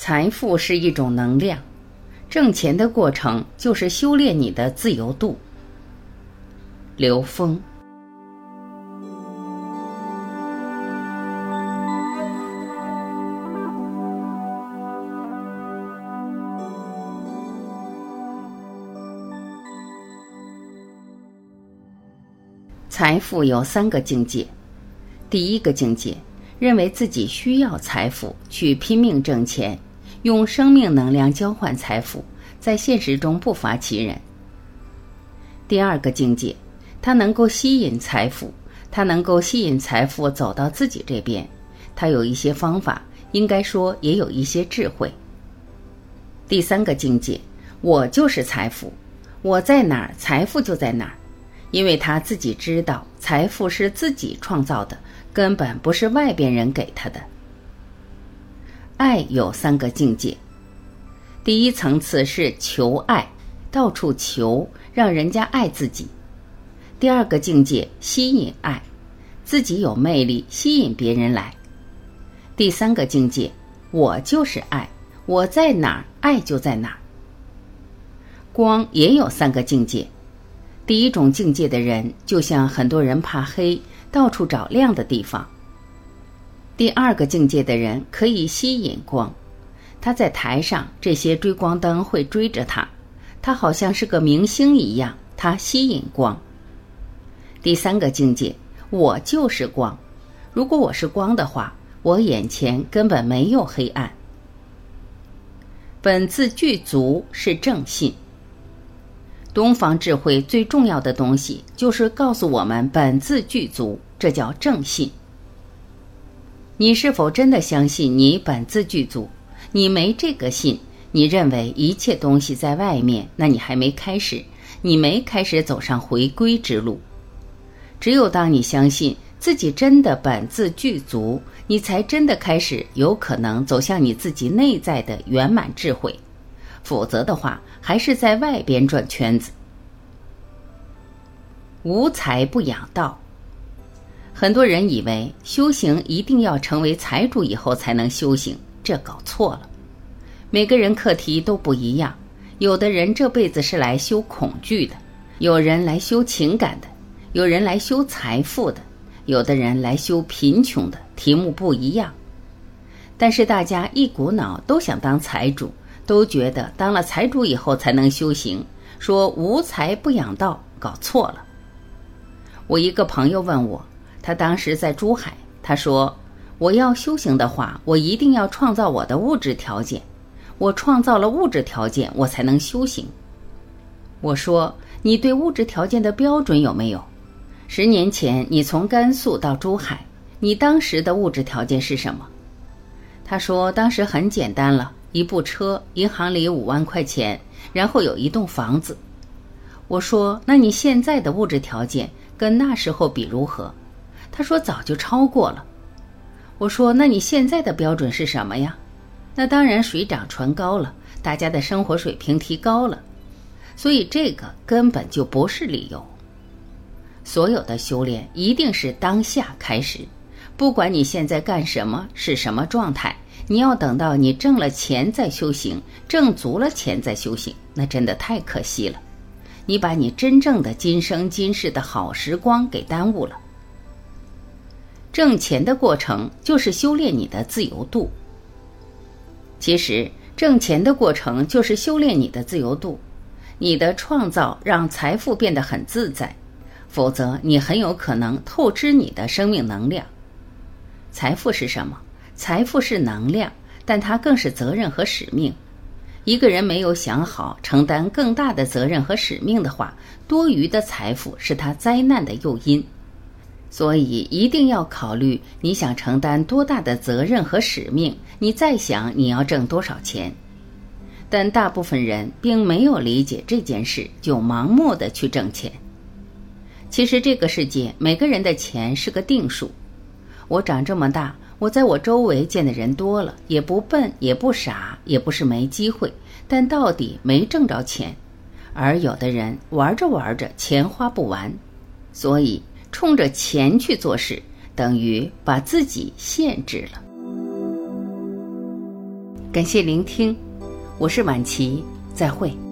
财富是一种能量，挣钱的过程就是修炼你的自由度。刘峰。财富有3个境界。第一个境界，认为自己需要财富，去拼命挣钱，用生命能量交换财富，在现实中不乏其人。第二个境界，他能够吸引财富，他能够吸引财富走到自己这边，他有一些方法，应该说也有一些智慧。第三个境界，我就是财富，我在哪儿，财富就在哪儿。因为他自己知道财富是自己创造的，根本不是外边人给他的。爱有3个境界。第一层次是求爱，到处求，让人家爱自己。第二个境界吸引爱，自己有魅力，吸引别人来。第3个境界，我就是爱，我在哪儿，爱就在哪儿。光也有3个境界。第一种境界的人，就像很多人怕黑，到处找亮的地方。第二个境界的人可以吸引光，他在台上，这些追光灯会追着他，他好像是个明星一样，他吸引光。第3个境界，我就是光，如果我是光的话，我眼前根本没有黑暗。本自具足是正信。东方智慧最重要的东西就是告诉我们本自具足，这叫正信。你是否真的相信你本自具足？你没这个信，你认为一切东西在外面，那你还没开始，你没开始走上回归之路。只有当你相信自己真的本自具足，你才真的开始有可能走向你自己内在的圆满智慧，否则的话还是在外边转圈子。无财不养道。很多人以为修行一定要成为财主以后才能修行，这搞错了。每个人课题都不一样，有的人这辈子是来修恐惧的，有人来修情感的，有人来修财富的，有的人来修贫穷的，题目不一样。但是大家一股脑都想当财主，都觉得当了财主以后才能修行，说无财不养道，搞错了。我一个朋友问我，他当时在珠海，他说我要修行的话，我一定要创造我的物质条件，我创造了物质条件，我才能修行。我说你对物质条件的标准有没有？10年前你从甘肃到珠海，你当时的物质条件是什么？他说当时很简单了，一部车，银行里5万块钱，然后有一栋房子。我说那你现在的物质条件跟那时候比如何？他说早就超过了。我说那你现在的标准是什么呀？那当然水涨船高了，大家的生活水平提高了，所以这个根本就不是理由。所有的修炼一定是当下开始，不管你现在干什么，是什么状态，你要等到你挣了钱再修行，挣足了钱再修行，那真的太可惜了。你把你真正的今生今世的好时光给耽误了。挣钱的过程就是修炼你的自由度。其实挣钱的过程就是修炼你的自由度，你的创造让财富变得很自在，否则你很有可能透支你的生命能量。财富是什么？财富是能量，但它更是责任和使命。一个人没有想好承担更大的责任和使命的话，多余的财富是他灾难的诱因。所以一定要考虑你想承担多大的责任和使命，你再想你要挣多少钱。但大部分人并没有理解这件事，就盲目的去挣钱。其实这个世界每个人的钱是个定数。我长这么大，我在我周围见的人多了，也不笨也不傻，也不是没机会，但到底没挣着钱。而有的人玩着玩着钱花不完，所以冲着钱去做事，等于把自己限制了。 感谢聆听，我是婉琪，再会。